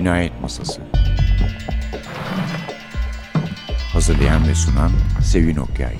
Cinayet Masası. Hazırlayan ve sunan Sevin Okyay.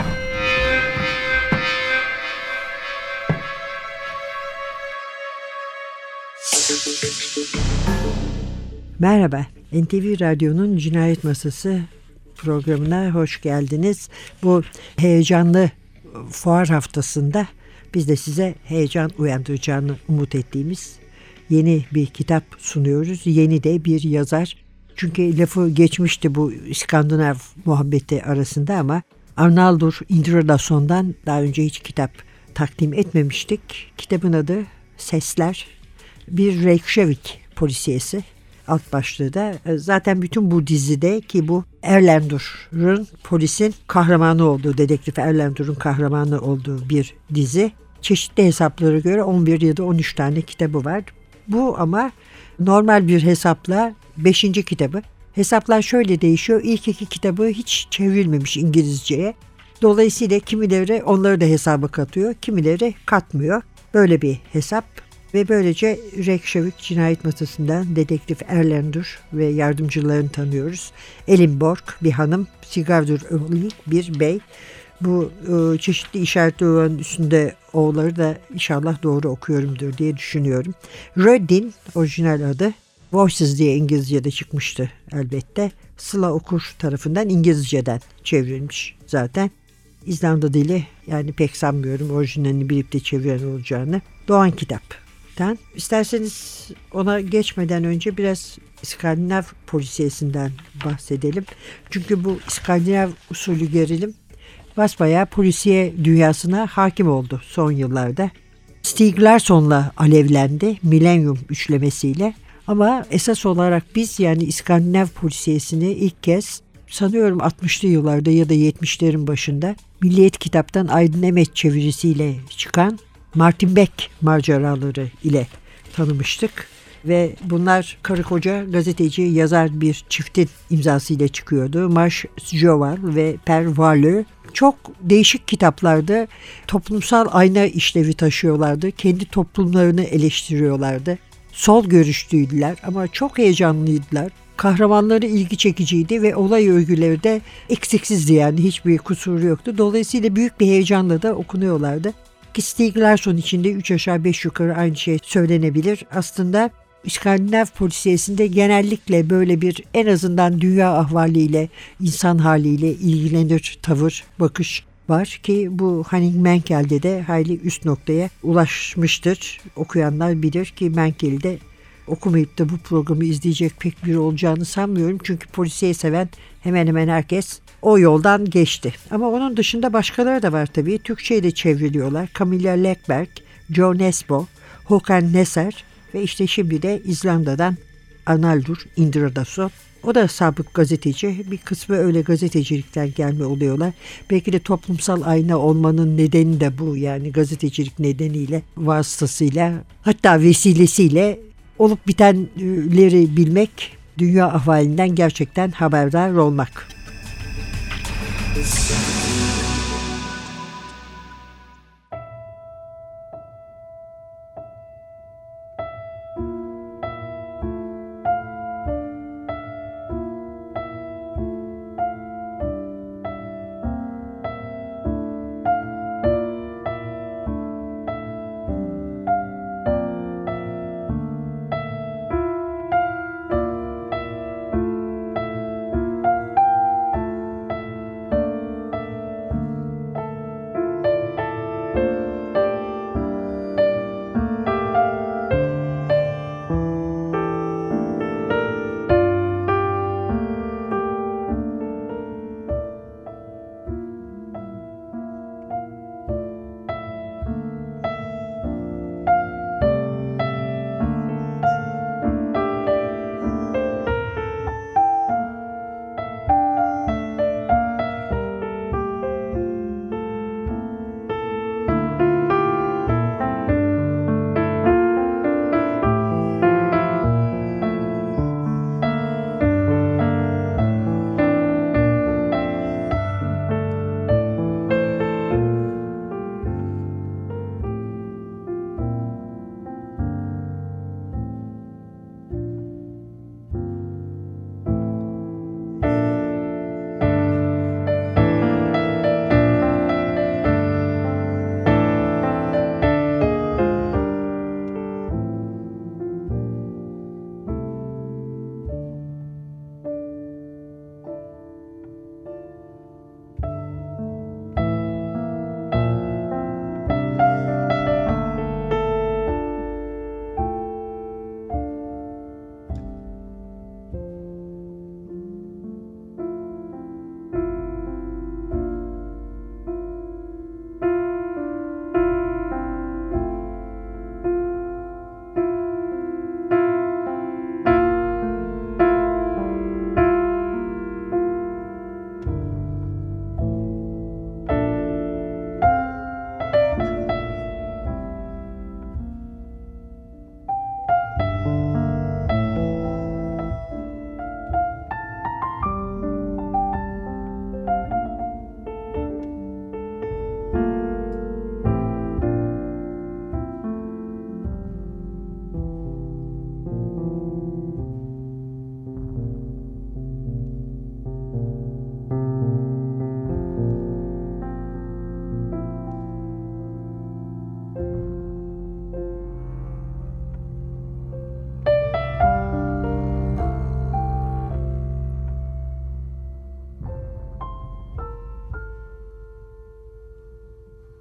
Merhaba, NTV Radyo'nun Cinayet Masası programına hoş geldiniz. Bu heyecanlı fuar haftasında biz de size heyecan uyandıracağını umut ettiğimiz yeni bir kitap sunuyoruz. Yeni de bir yazar. Çünkü lafı geçmişti bu İskandinav muhabbeti arasında ama Arnaldur Indridason'dan daha önce hiç kitap takdim etmemiştik. Kitabın adı Sesler, bir Reykjavik polisiyesi. Alt başlığı da zaten bütün bu dizide ki bu Erlendur'un polisin kahramanı olduğu, dedektif Erlendur'un kahramanı olduğu bir dizi. Çeşitli hesaplara göre 11 ya da 13 tane kitabı var. Bu ama normal bir hesapla 5. kitabı. Hesaplar şöyle değişiyor. İlk 2 kitabı hiç çevrilmemiş İngilizceye. Dolayısıyla kimileri onları da hesaba katıyor, kimileri katmıyor. Böyle bir hesap. Ve böylece Reykjavik Cinayet Masası'ndan dedektif Erlendur ve yardımcılarını tanıyoruz. Elinborg bir hanım, Sigurdur Ölik bir bey. Bu çeşitli işaretlerin üstünde oğulları da inşallah doğru okuyorumdur diye düşünüyorum. Röddin orijinal adı. Voices diye İngilizce'de çıkmıştı elbette. Sıla Okur tarafından İngilizce'den çevrilmiş zaten. İzlanda dili yani pek sanmıyorum orijinalini bilip de çeviren olacağını. Doğan kitap. İsterseniz ona geçmeden önce biraz İskandinav polisiyesinden bahsedelim. Çünkü bu İskandinav usulü gerilim basbayağı polisiye dünyasına hakim oldu son yıllarda. Stieg Larsson'la alevlendi Millennium üçlemesiyle ama esas olarak biz yani İskandinav polisiyesini ilk kez sanıyorum 60'lı yıllarda ya da 70'lerin başında Milliyet Kitap'tan Aydın Emet çevirisiyle çıkan Martin Beck maceraları ile tanımıştık ve bunlar karı koca gazeteci yazar bir çiftin imzasıyla çıkıyordu. Marsh Joval ve Per Wahlöö çok değişik kitaplarda toplumsal ayna işlevi taşıyorlardı. Kendi toplumlarını eleştiriyorlardı. Sol görüşlüydüler ama çok heyecanlıydılar. Kahramanları ilgi çekiciydi ve olay örgüleri de eksiksizdi yani hiçbir kusuru yoktu. Dolayısıyla büyük bir heyecanla da okunuyorlardı. Stieg Larsson için de 3 aşağı 5 yukarı aynı şey söylenebilir. Aslında İskandinav polisiyesinde genellikle böyle bir en azından dünya ahvaliyle, insan haliyle ilgilenir tavır, bakış var ki bu Henning Menkel'de de hayli üst noktaya ulaşmıştır. Okuyanlar bilir ki Menkel'de okumayıp da bu programı izleyecek pek biri olacağını sanmıyorum. Çünkü polisiye seven hemen hemen herkes o yoldan geçti. Ama onun dışında başkaları da var tabii. Türkçe'ye de çevriliyorlar. Camilla Läckberg, Joe Nesbo, Håkan Nesser ve işte şimdi de İzlanda'dan Arnaldur Indridason. O da sabık gazeteci. Bir kısmı öyle gazetecilikten gelme oluyorlar. Belki de toplumsal ayna olmanın nedeni de bu. Yani gazetecilik nedeniyle, vasıtasıyla hatta vesilesiyle olup bitenleri bilmek, dünya ahvalinden gerçekten haberdar olmak.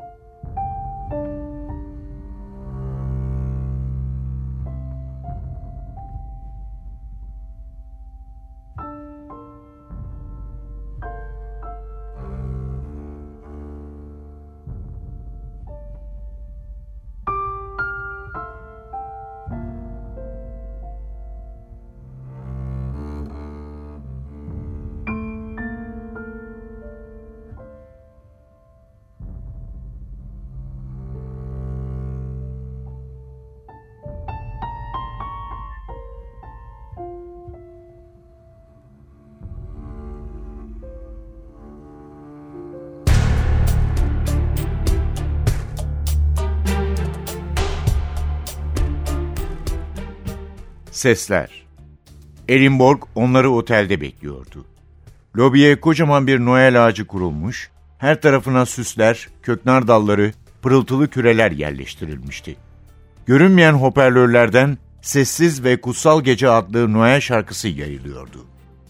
Sesler. Edinburgh onları otelde bekliyordu. Lobiye kocaman bir Noel ağacı kurulmuş, her tarafına süsler, köknar dalları, pırıltılı küreler yerleştirilmişti. Görünmeyen hoparlörlerden Sessiz ve Kutsal Gece adlı Noel şarkısı yayılıyordu.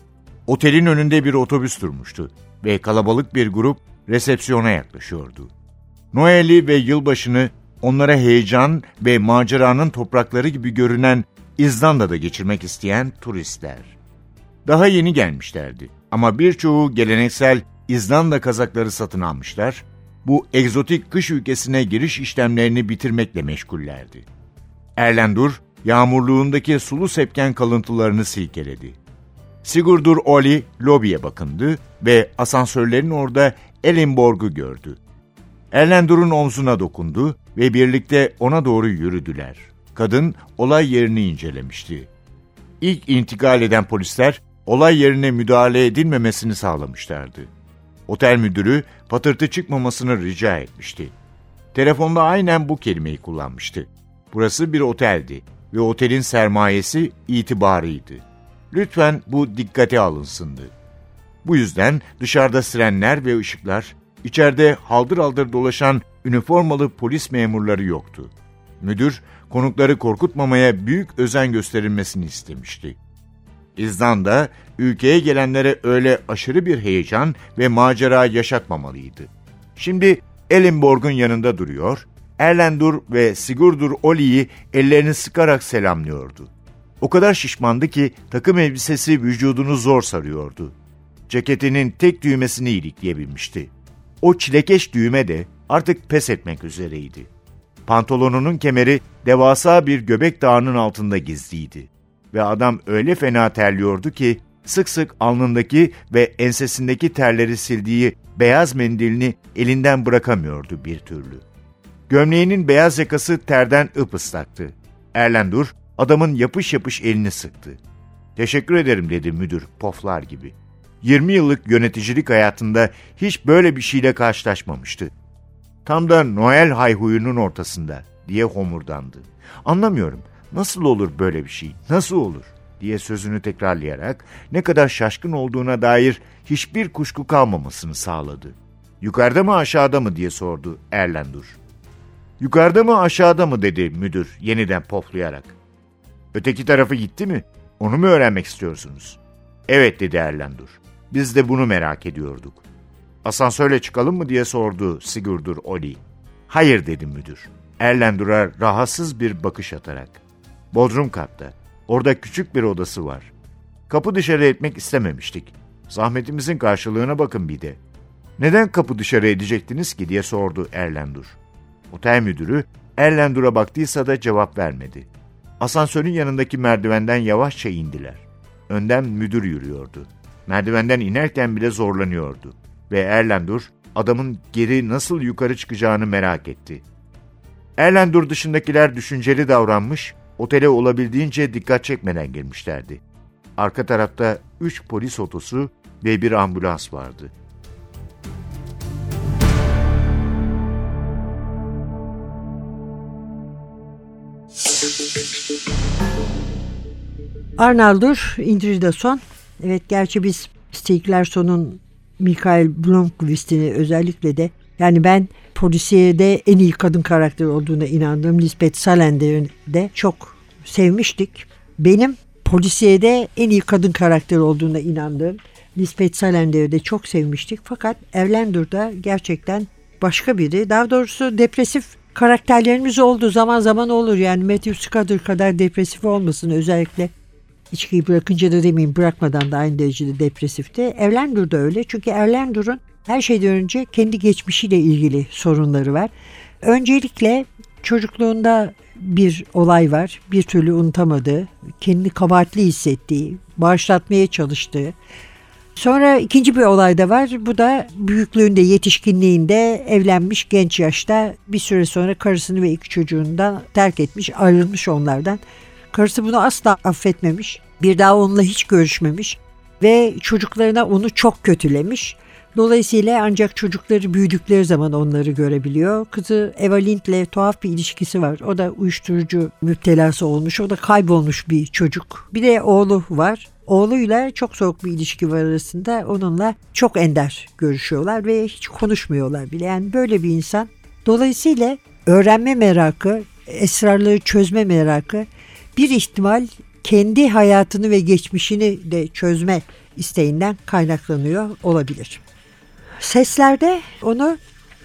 Otelin önünde bir otobüs durmuştu ve kalabalık bir grup resepsiyona yaklaşıyordu. Noel'i ve yılbaşını onlara heyecan ve maceranın toprakları gibi görünen İzlanda'da geçirmek isteyen turistler. Daha yeni gelmişlerdi ama birçoğu geleneksel İzlanda kazakları satın almışlar, bu egzotik kış ülkesine giriş işlemlerini bitirmekle meşgullerdi. Erlendur, yağmurluğundaki sulu sepken kalıntılarını silkeledi. Sigurdur Oli lobiye bakındı ve asansörlerin orada Edinburgh'u gördü. Erlendur'un omzuna dokundu ve birlikte ona doğru yürüdüler. Kadın olay yerini incelemişti. İlk intikal eden polisler olay yerine müdahale edilmemesini sağlamışlardı. Otel müdürü patırtı çıkmamasını rica etmişti. Telefonda aynen bu kelimeyi kullanmıştı. Burası bir oteldi ve otelin sermayesi itibarıydı. Lütfen bu dikkate alınsındı. Bu yüzden dışarıda sirenler ve ışıklar, içeride haldır haldır dolaşan üniformalı polis memurları yoktu. Müdür, konukları korkutmamaya büyük özen gösterilmesini istemişti. İzlanda, ülkeye gelenlere öyle aşırı bir heyecan ve macera yaşatmamalıydı. Şimdi Edinburgh'un yanında duruyor, Erlendur ve Sigurdur Oli'yi ellerini sıkarak selamlıyordu. O kadar şişmandı ki takım elbisesi vücudunu zor sarıyordu. Ceketinin tek düğmesini ilikleyebilmişti. O çilekeş düğme de artık pes etmek üzereydi. Pantolonunun kemeri devasa bir göbek dağının altında gizliydi. Ve adam öyle fena terliyordu ki sık sık alnındaki ve ensesindeki terleri sildiği beyaz mendilini elinden bırakamıyordu bir türlü. Gömleğinin beyaz yakası terden ıpıslaktı. Erlendur adamın yapış yapış elini sıktı. "Teşekkür ederim," dedi müdür poflar gibi. 20 yıllık yöneticilik hayatında hiç böyle bir şeyle karşılaşmamıştı. Tam da Noel hayhuyunun ortasında diye homurdandı. "Anlamıyorum, nasıl olur böyle bir şey, nasıl olur?" diye sözünü tekrarlayarak ne kadar şaşkın olduğuna dair hiçbir kuşku kalmamasını sağladı. "Yukarıda mı aşağıda mı?" diye sordu Erlendur. "Yukarıda mı aşağıda mı?" dedi müdür yeniden poflayarak. "Öteki tarafı gitti mi? Onu mu öğrenmek istiyorsunuz?" "Evet," dedi Erlendur. "Biz de bunu merak ediyorduk." "Asansörle çıkalım mı?" diye sordu Sigurdur Oli. "Hayır," dedi müdür, Erlendur'a rahatsız bir bakış atarak. "Bodrum katta. Orada küçük bir odası var. Kapı dışarı etmek istememiştik. Zahmetimizin karşılığına bakın bir de." "Neden kapı dışarı edecektiniz ki?" diye sordu Erlendur. Otel müdürü Erlendur'a baktıysa da cevap vermedi. Asansörün yanındaki merdivenden yavaşça indiler. Önden müdür yürüyordu. Merdivenden inerken bile zorlanıyordu. Ve Erlendur adamın geri nasıl yukarı çıkacağını merak etti. Erlendur dışındakiler düşünceli davranmış, otele olabildiğince dikkat çekmeden girmişlerdi. Arka tarafta 3 polis otosu ve bir ambulans vardı. Arnaldur Indridason. Evet, gerçi biz Stieg Larsson'un Mikael Blomqvist'ini özellikle de, yani ben polisiyede en iyi kadın karakter olduğuna inandığım Lisbeth Salander'i de çok sevmiştik. Benim polisiyede en iyi kadın karakter olduğuna inandığım Lisbeth Salander'i de çok sevmiştik. Fakat Erlendur'da gerçekten başka biri. Daha doğrusu depresif karakterlerimiz oldu. Zaman zaman olur. Yani Matthew Scudder kadar depresif olmasın. Özellikle içkiyi bırakınca da demeyeyim, bırakmadan da aynı derecede depresifti. Erlander da öyle. Çünkü Erlander'ın her şeyden önce kendi geçmişiyle ilgili sorunları var. Öncelikle çocukluğunda bir olay var. Bir türlü unutamadığı, kendini kabahatli hissettiği, bağışlatmaya çalıştığı. Sonra ikinci bir olay da var. Bu da büyüklüğünde, yetişkinliğinde evlenmiş, genç yaşta bir süre sonra karısını ve 2 çocuğundan terk etmiş, ayrılmış onlardan. Karısı bunu asla affetmemiş. Bir daha onunla hiç görüşmemiş ve çocuklarına onu çok kötülemiş. Dolayısıyla ancak çocukları büyüdükleri zaman onları görebiliyor. Kızı Eva Lind'le tuhaf bir ilişkisi var. O da uyuşturucu müptelası olmuş. O da kaybolmuş bir çocuk. Bir de oğlu var. Oğluyla çok soğuk bir ilişki var arasında. Onunla çok ender görüşüyorlar ve hiç konuşmuyorlar bile. Yani böyle bir insan. Dolayısıyla öğrenme merakı, esrarları çözme merakı, bir ihtimal kendi hayatını ve geçmişini de çözme isteğinden kaynaklanıyor olabilir. Seslerde onu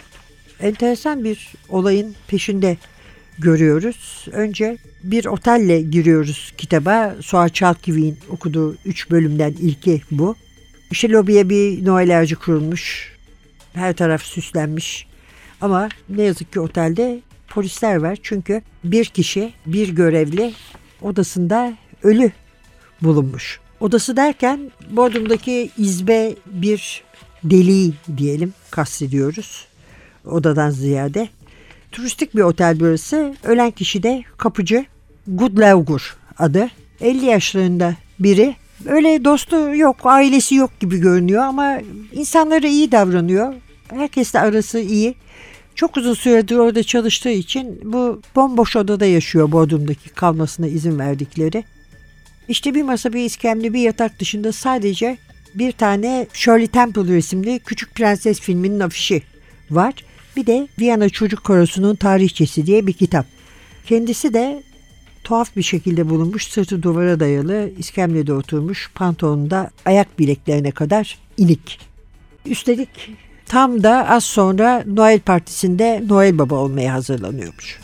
enteresan bir olayın peşinde görüyoruz. Önce bir otelle giriyoruz kitaba. Suat Çalkivi'nin okuduğu 3 bölümden ilki bu. İşte lobiye bir Noel ağacı kurulmuş. Her taraf süslenmiş. Ama ne yazık ki otelde polisler var. Çünkü bir kişi, bir görevli odasında ölü bulunmuş. Odası derken Bodrum'daki izbe bir deliği diyelim kastediyoruz. Odadan ziyade. Turistik bir otel burası. Ölen kişi de kapıcı Gudlaugur adı. 50 yaşlarında biri. Öyle dostu yok, ailesi yok gibi görünüyor ama insanlara iyi davranıyor. Herkesle arası iyi. Çok uzun süredir orada çalıştığı için bu bomboş odada yaşıyor, Bodrum'daki kalmasına izin verdikleri. İşte bir masa, bir iskemle, bir yatak dışında sadece bir tane Shirley Temple resimli Küçük Prenses filminin afişi var. Bir de Viyana Çocuk Korosu'nun Tarihçesi diye bir kitap. Kendisi de tuhaf bir şekilde bulunmuş, sırtı duvara dayalı, iskemlede oturmuş, pantolonunda ayak bileklerine kadar inik. Üstelik tam da az sonra Noel partisinde Noel Baba olmaya hazırlanıyormuş.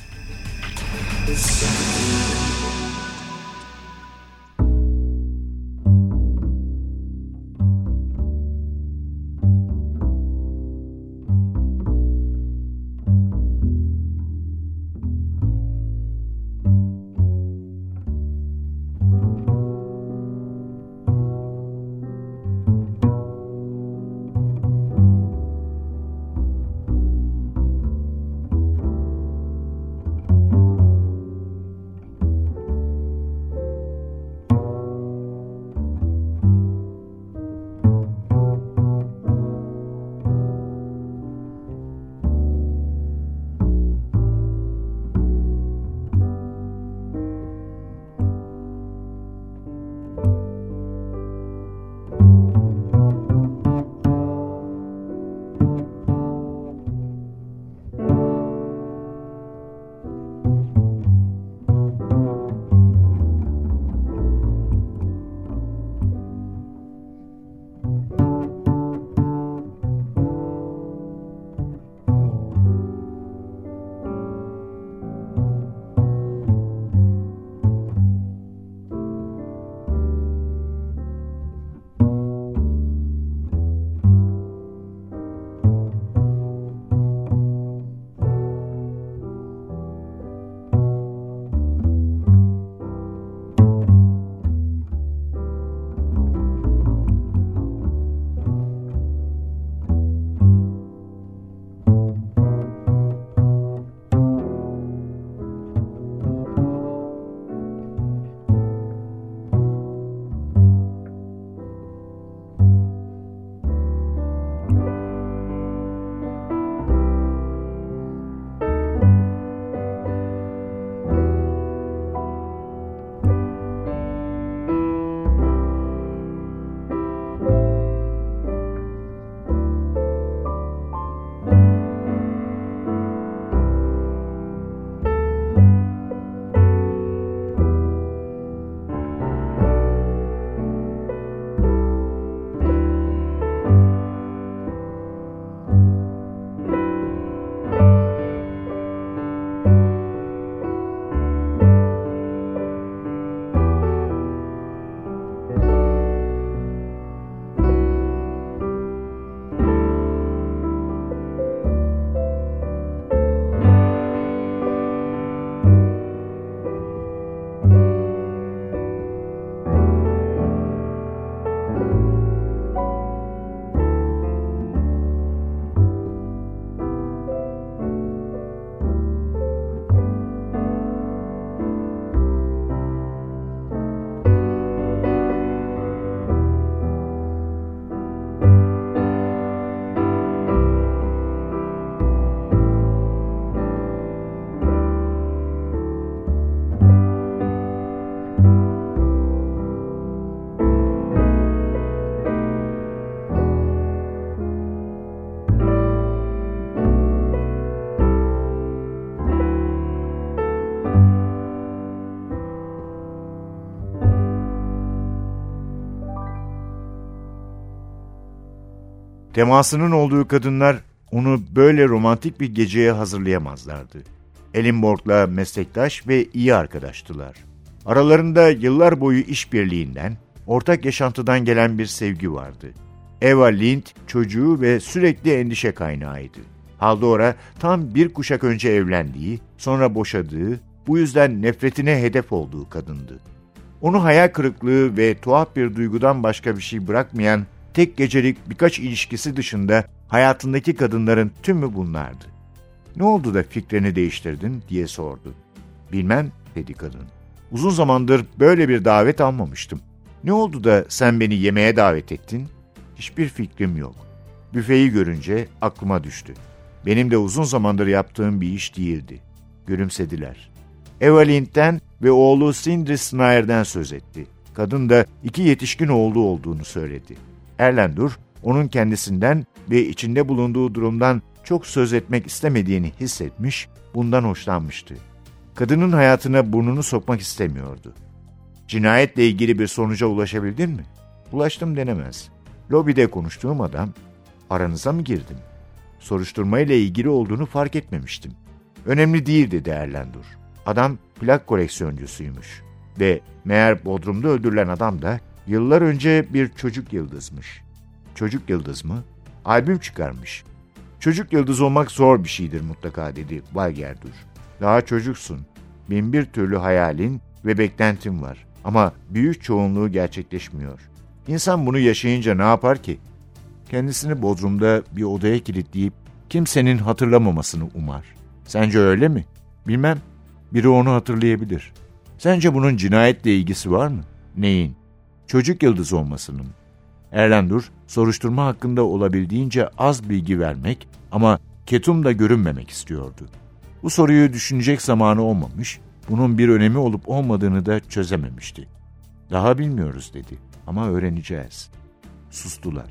Temasının olduğu kadınlar onu böyle romantik bir geceye hazırlayamazlardı. Elinborg'la meslektaş ve iyi arkadaştılar. Aralarında yıllar boyu işbirliğinden, ortak yaşantıdan gelen bir sevgi vardı. Eva Lind çocuğu ve sürekli endişe kaynağıydı. Haldora tam bir kuşak önce evlendiği, sonra boşadığı, bu yüzden nefretine hedef olduğu kadındı. Onu hayal kırıklığı ve tuhaf bir duygudan başka bir şey bırakmayan tek gecelik birkaç ilişkisi dışında hayatındaki kadınların tümü bunlardı. "Ne oldu da fikrini değiştirdin?" diye sordu. "Bilmem," dedi kadın. "Uzun zamandır böyle bir davet almamıştım. Ne oldu da sen beni yemeğe davet ettin?" "Hiçbir fikrim yok. Büfeyi görünce aklıma düştü. Benim de uzun zamandır yaptığım bir iş değildi." Gülümsediler. Eva Lind'den ve oğlu Sindri Snyder'den söz etti. Kadın da 2 yetişkin oğlu olduğunu söyledi. Erlendur, onun kendisinden ve içinde bulunduğu durumdan çok söz etmek istemediğini hissetmiş, bundan hoşlanmıştı. Kadının hayatına burnunu sokmak istemiyordu. "Cinayetle ilgili bir sonuca ulaşabildin mi?" "Ulaştım denemez. Lobide konuştuğum adam, aranıza mı girdim? Soruşturmayla ilgili olduğunu fark etmemiştim." "Önemli değil," dedi Erlendur. Adam plak koleksiyoncusuymuş ve meğer Bodrum'da öldürülen adam da yıllar önce bir çocuk yıldızmış. "Çocuk yıldız mı?" "Albüm çıkarmış." "Çocuk yıldız olmak zor bir şeydir mutlaka," dedi Valgerdur. "Daha çocuksun. 1001 türlü hayalin ve beklentin var. Ama büyük çoğunluğu gerçekleşmiyor. İnsan bunu yaşayınca ne yapar ki? Kendisini Bodrum'da bir odaya kilitleyip kimsenin hatırlamamasını umar. Sence öyle mi? Bilmem. Biri onu hatırlayabilir. Sence bunun cinayetle ilgisi var mı?" "Neyin?" "Çocuk yıldız olmasının." Erlendur, soruşturma hakkında olabildiğince az bilgi vermek ama ketum da görünmemek istiyordu. Bu soruyu düşünecek zamanı olmamış, bunun bir önemi olup olmadığını da çözememişti. "Daha bilmiyoruz," dedi, "ama öğreneceğiz." Sustular.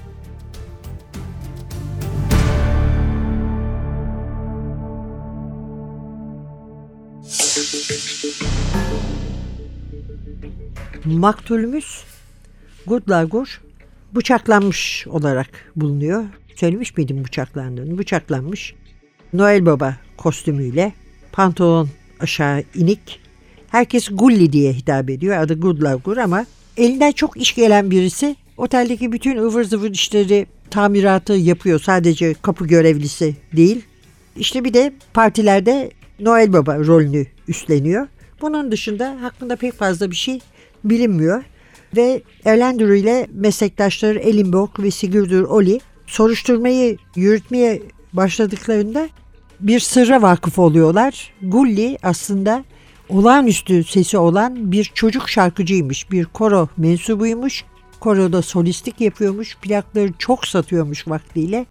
Maktulümüz Gudlagur bıçaklanmış olarak bulunuyor. Söylemiş miydim bıçaklandığını? Bıçaklanmış. Noel Baba kostümüyle, pantolon aşağı inik. Herkes Gulli diye hitap ediyor. Adı Gudlagur ama elinden çok iş gelen birisi. Oteldeki bütün ıvır zıvır işleri, tamiratı yapıyor. Sadece kapı görevlisi değil. İşte bir de partilerde Noel Baba rolünü üstleniyor. Bunun dışında hakkında pek fazla bir şey bilinmiyor. Ve Erlendur ile meslektaşları Elinborg ve Sigurdur Oli soruşturmayı yürütmeye başladıklarında bir sırra vakıf oluyorlar. Gulli aslında olağanüstü sesi olan bir çocuk şarkıcıymış, bir koro mensubuymuş. Koroda solistlik yapıyormuş, plakları çok satıyormuş vaktiyle.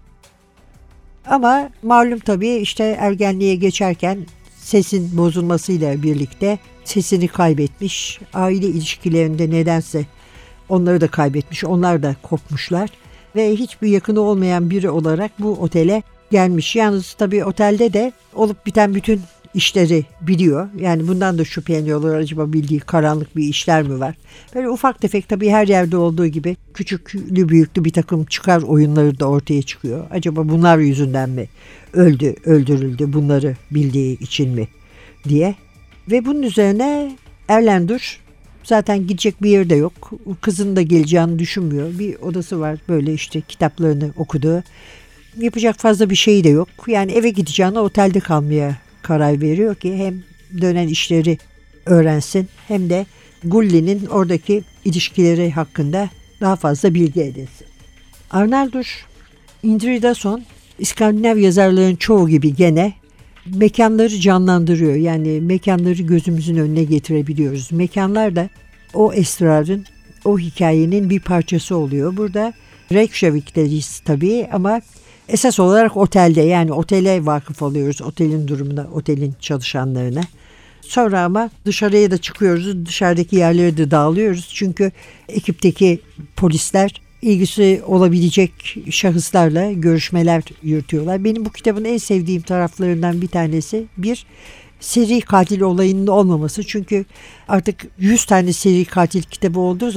Ama malum tabii işte ergenliğe geçerken sesin bozulmasıyla birlikte sesini kaybetmiş. Aile ilişkilerinde nedense onları da kaybetmiş, onlar da kopmuşlar. Ve hiçbir yakını olmayan biri olarak bu otele gelmiş. Yalnız tabii otelde de olup biten bütün işleri biliyor. Yani bundan da şüpheleniyorlar. Acaba bildiği karanlık bir işler mi var? Böyle ufak tefek tabii her yerde olduğu gibi küçüklü büyüklü bir takım çıkar oyunları da ortaya çıkıyor. Acaba bunlar yüzünden mi öldürüldü bunları bildiği için mi diye. Ve bunun üzerine Erlendur zaten gidecek bir yerde yok. Kızın da geleceğini düşünmüyor. Bir odası var böyle işte kitaplarını okuduğu. Yapacak fazla bir şey de yok. Yani eve gideceğine otelde kalmaya karar veriyor ki hem dönen işleri öğrensin hem de Gulli'nin oradaki ilişkileri hakkında daha fazla bilgi edinsin. Arnaldur Indridason İskandinav yazarların çoğu gibi gene mekanları canlandırıyor. Yani mekanları gözümüzün önüne getirebiliyoruz. Mekanlar da o esrarın, o hikayenin bir parçası oluyor. Burada Reykjavik'teyiz tabii ama esas olarak otelde, yani otele vakıf oluyoruz. Otelin durumuna, otelin çalışanlarına. Sonra ama dışarıya da çıkıyoruz. Dışarıdaki yerlere de dağılıyoruz. Çünkü ekipteki polisler ilgisi olabilecek şahıslarla görüşmeler yürütüyorlar. Benim bu kitabın en sevdiğim taraflarından bir tanesi bir seri katil olayının olmaması. Çünkü artık 100 tane seri katil kitabı olduğu zaman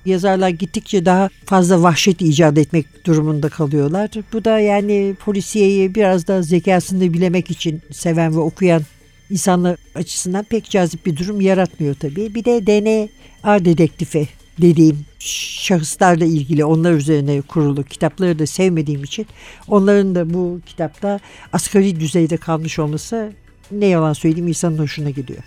yazarlar gittikçe daha fazla vahşet icat etmek durumunda kalıyorlar. Bu da yani polisiyeyi biraz da zekasını bilemek için seven ve okuyan insanlar açısından pek cazip bir durum yaratmıyor tabii. Bir de DNA dedektifi dediğim şahıslarla ilgili, onlar üzerine kurulu kitapları da sevmediğim için onların da bu kitapta asgari düzeyde kalmış olması, ne yalan söyleyeyim, insanın hoşuna gidiyor.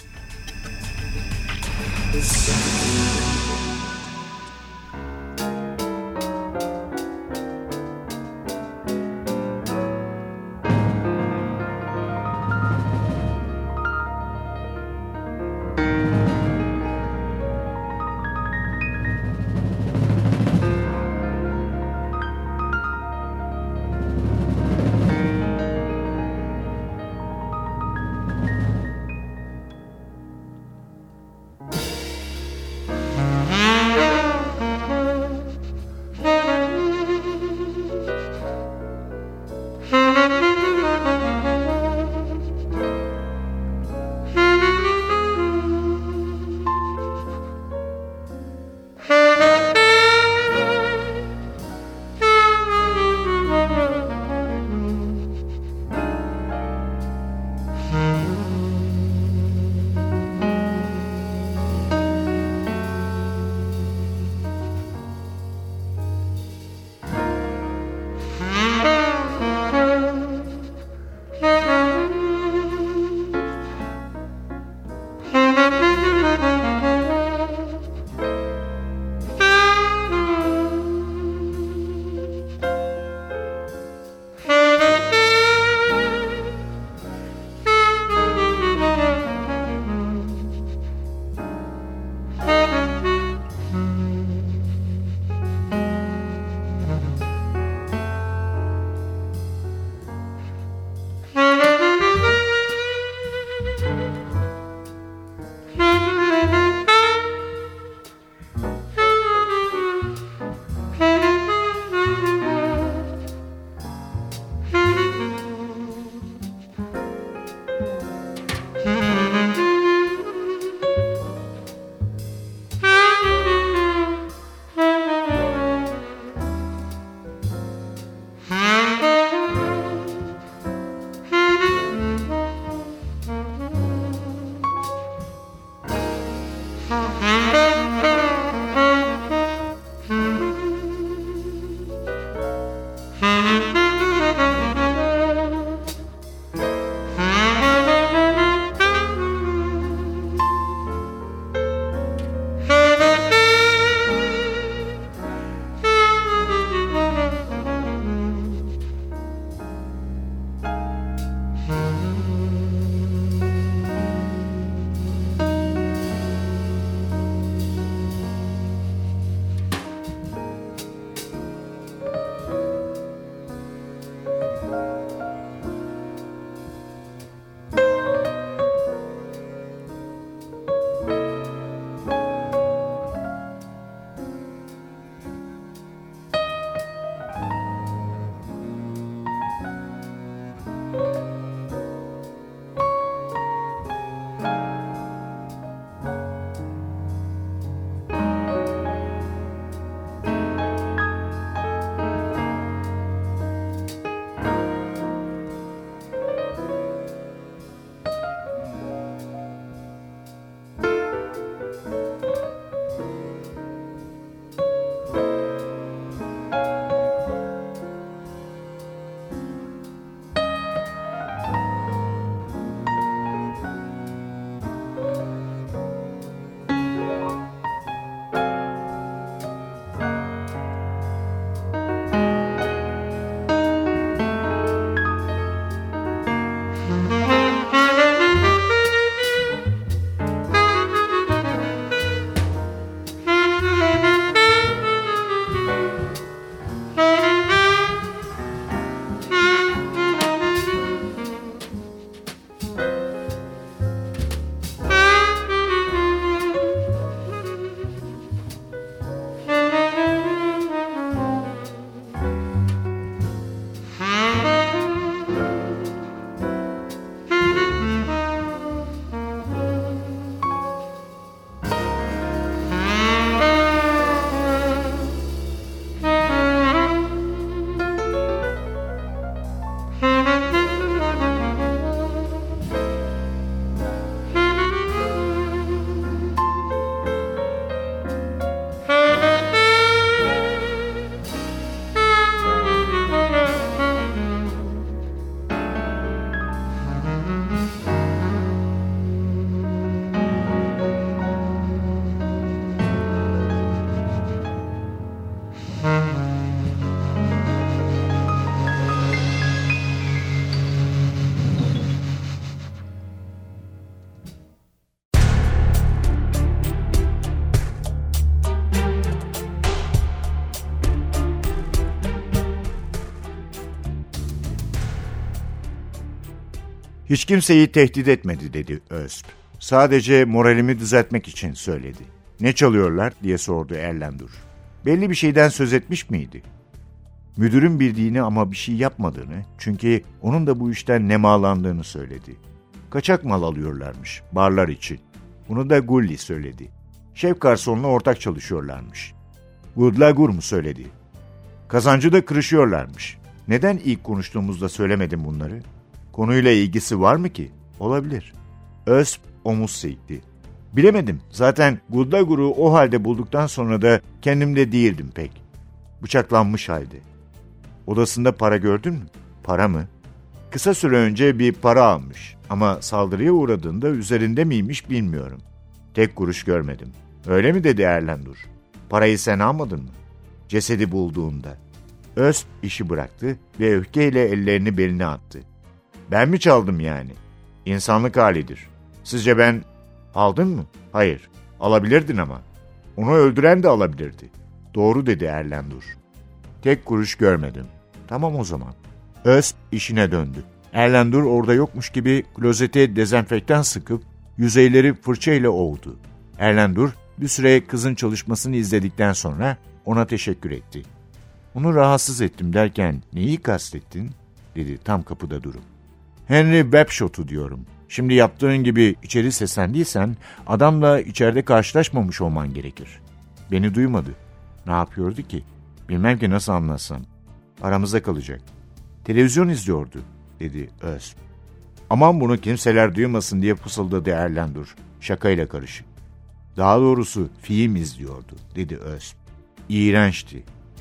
Hiç kimseyi tehdit etmedi dedi Ösp. Sadece moralimi düzeltmek için söyledi. Ne çalıyorlar diye sordu Erlendur. Belli bir şeyden söz etmiş miydi? Müdürün bildiğini ama bir şey yapmadığını, çünkü onun da bu işten nemalandığını söyledi. Kaçak mal alıyorlarmış, barlar için. Bunu da Gulli söyledi. Şef garsonla ortak çalışıyorlarmış. Gudlagur mu söyledi? Kazancı da kırışıyorlarmış. Neden ilk konuştuğumuzda söylemedim bunları? Konuyla ilgisi var mı ki? Olabilir. Ösp omuz silkti. Bilemedim. Zaten Guldagur'u o halde bulduktan sonra da kendimde değildim pek. Bıçaklanmış halde. Odasında para gördün mü? Para mı? Kısa süre önce bir para almış. Ama saldırıya uğradığında üzerinde miymiş bilmiyorum. Tek kuruş görmedim. Öyle mi dedi Erlendur? Parayı sen almadın mı? Cesedi bulduğunda. Ösp işi bıraktı ve öfkeyle ellerini beline attı. Ben mi çaldım yani? İnsanlık halidir. Sizce ben... Aldın mı? Hayır. Alabilirdin ama. Onu öldüren de alabilirdi. Doğru dedi Erlendur. Tek kuruş görmedim. Tamam o zaman. Ösp işine döndü. Erlendur orada yokmuş gibi klozete dezenfektan sıkıp yüzeyleri fırçayla ovdu. Erlendur bir süre kızın çalışmasını izledikten sonra ona teşekkür etti. Onu rahatsız ettim derken neyi kastettin? Dedi tam kapıda durup. Henry Webshot'u diyorum. Şimdi yaptığın gibi içeri seslendiysen adamla içeride karşılaşmamış olman gerekir. Beni duymadı. Ne yapıyordu ki? Bilmem ki nasıl anlatsam. Aramızda kalacak. Televizyon izliyordu dedi Ösp. Aman bunu kimseler duymasın diye fısıldadı Erlendur şakayla karışık. Daha doğrusu film izliyordu dedi Ösp. İğrençti.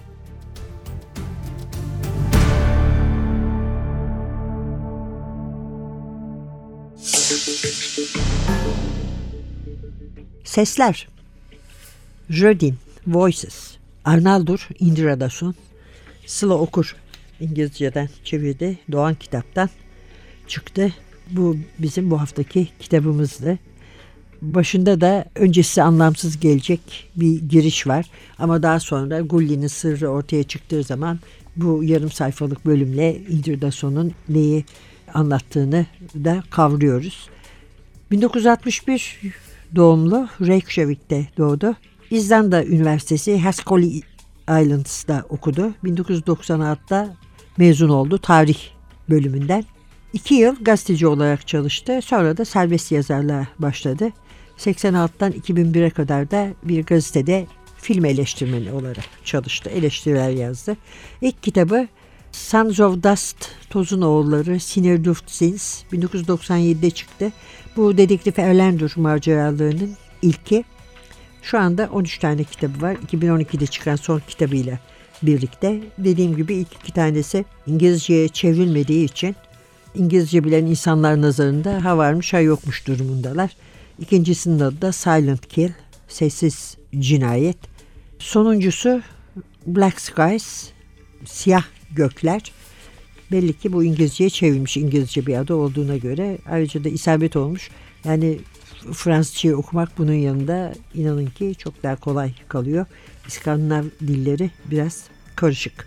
Sesler. Jödin, Voices. Arnaldur, Indira Dasun. Sıla Okur, İngilizceden çevirdi. Doğan Kitap'tan çıktı. Bu bizim bu haftaki kitabımızdı. Başında da öncesi anlamsız gelecek bir giriş var. Ama daha sonra Gulli'nin sırrı ortaya çıktığı zaman bu yarım sayfalık bölümle Indira Dasun'un neyi anlattığını da kavruyoruz. 1961 doğumlu, Reykjavik'te doğdu. İzlanda Üniversitesi Haskell Islands'da okudu. 1996'da mezun oldu tarih bölümünden. 2 yıl gazeteci olarak çalıştı. Sonra da serbest yazarlığa başladı. 86'dan 2001'e kadar da bir gazetede film eleştirmeni olarak çalıştı. Eleştiriler yazdı. İlk kitabı Sons of Dust, Tozun Oğulları, Sinirluftsins 1997'de çıktı. Bu dedektif Erlendur maceralarının ilki. Şu anda 13 tane kitabı var. 2012'de çıkan son kitabıyla birlikte. Dediğim gibi ilk 2 tanesi İngilizceye çevrilmediği için İngilizce bilen insanlar nazarında ha varmış ha yokmuş durumundalar. İkincisinin adı da Silent Kill, Sessiz Cinayet. Sonuncusu Black Skies, Siyah Gökler. Belli ki bu İngilizceye çevrilmiş, İngilizce bir adı olduğuna göre. Ayrıca da isabet olmuş. Yani Fransızcayı okumak bunun yanında inanın ki çok daha kolay kalıyor. İskandinav dilleri biraz karışık.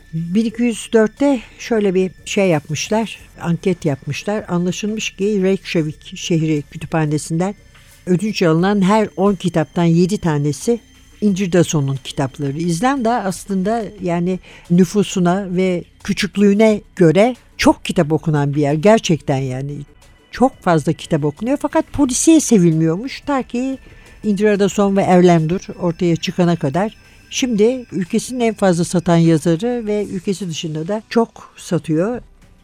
1204'te şöyle bir şey yapmışlar, anket yapmışlar. Anlaşılmış ki Reykjavik şehri kütüphanesinden ödünç alınan her 10 kitaptan 7 tanesi Indira Dasun'un kitapları. İzlanda aslında yani nüfusuna ve küçüklüğüne göre çok kitap okunan bir yer. Gerçekten yani çok fazla kitap okunuyor fakat polisiye sevilmiyormuş. Ta ki Indira Dasun ve Erlendur ortaya çıkana kadar. Şimdi ülkesinin en fazla satan yazarı ve ülkesi dışında da çok satıyor.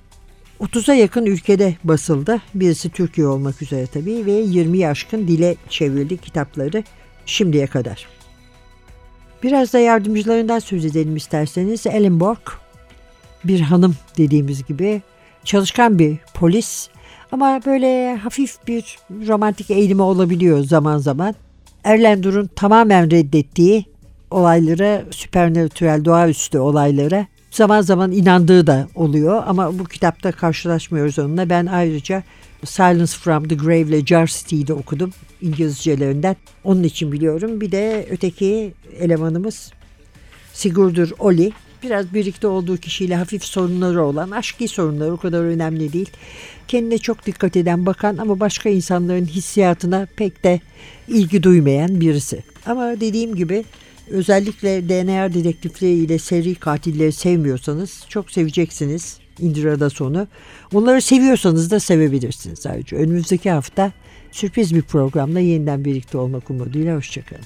30'a yakın ülkede basıldı. Birisi Türkiye olmak üzere tabii ve 20'yi aşkın dile çevrildi kitapları şimdiye kadar. Biraz da yardımcılarından söz edelim isterseniz. Ellen Borch, bir hanım dediğimiz gibi çalışkan bir polis ama böyle hafif bir romantik eğilimi olabiliyor zaman zaman. Erlendur'un tamamen reddettiği olaylara, süpernatürel, doğaüstü olaylara zaman zaman inandığı da oluyor ama bu kitapta karşılaşmıyoruz onunla. Ben ayrıca Silence from the Grave ile Jar City'yi de okudum İngilizcelerinden. Onun için biliyorum. Bir de öteki elemanımız Sigurdur Oli. biraz birlikte olduğu kişiyle hafif sorunları olan, aşkı sorunları o kadar önemli değil. Kendine çok dikkat eden, bakan ama başka insanların hissiyatına pek de ilgi duymayan birisi. Ama dediğim gibi özellikle DNA dedektifliği ile seri katilleri sevmiyorsanız çok seveceksiniz Indira Dason'u. Onları seviyorsanız da sevebilirsiniz ayrıca. Önümüzdeki hafta sürpriz bir programla yeniden birlikte olmak umuduyla. Hoşçakalın.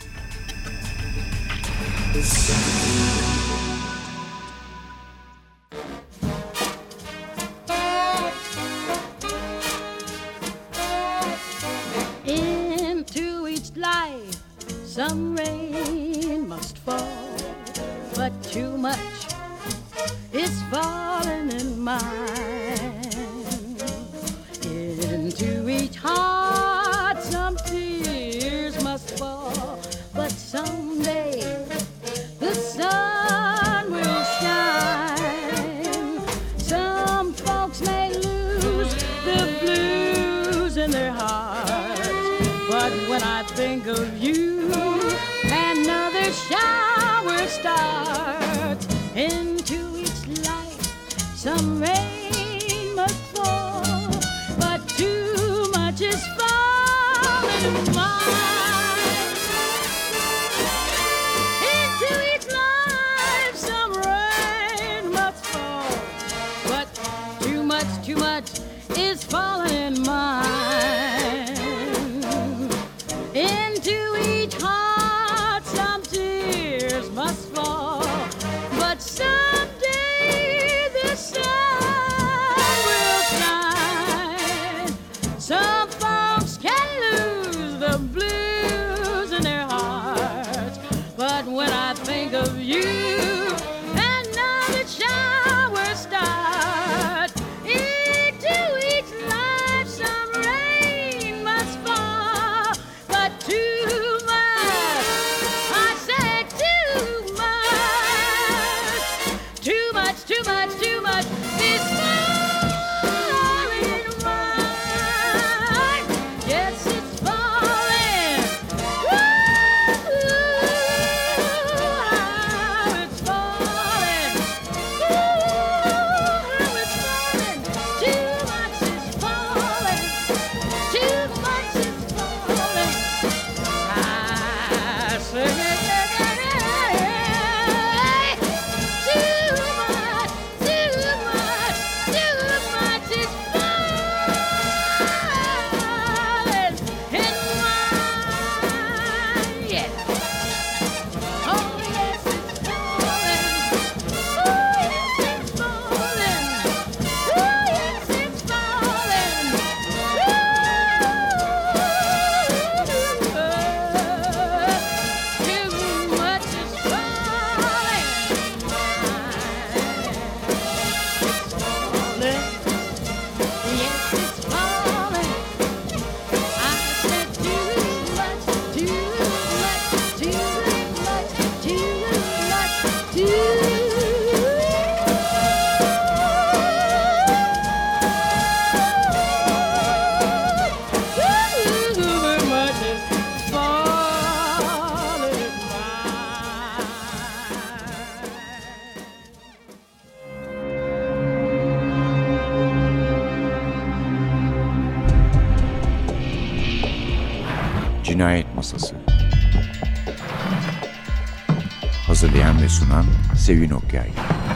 Into each life some rain must fall, but too much is falling in mine. Into each heart some tears must fall, but someday the sun will shine. Some folks may lose the blues in their hearts, but when I think of you, another shower starts. Into each life some rain must fall, but too much is falling mine. Into each life some rain must fall, but too much is falling mine. Into each heart some tears must fall, but someday the sun will shine. Some folks can lose the blues in their hearts, but when I think of you, another shower starts. Into each life some rain must fall, but too much, I said too much is falling mine. Yes, it's falling. Ooh, how it's falling. Ooh, how it's falling. Too much is falling. Too much is falling. I say Cinayet Masası. Hazırlayan ve sunan Sevin Okyay.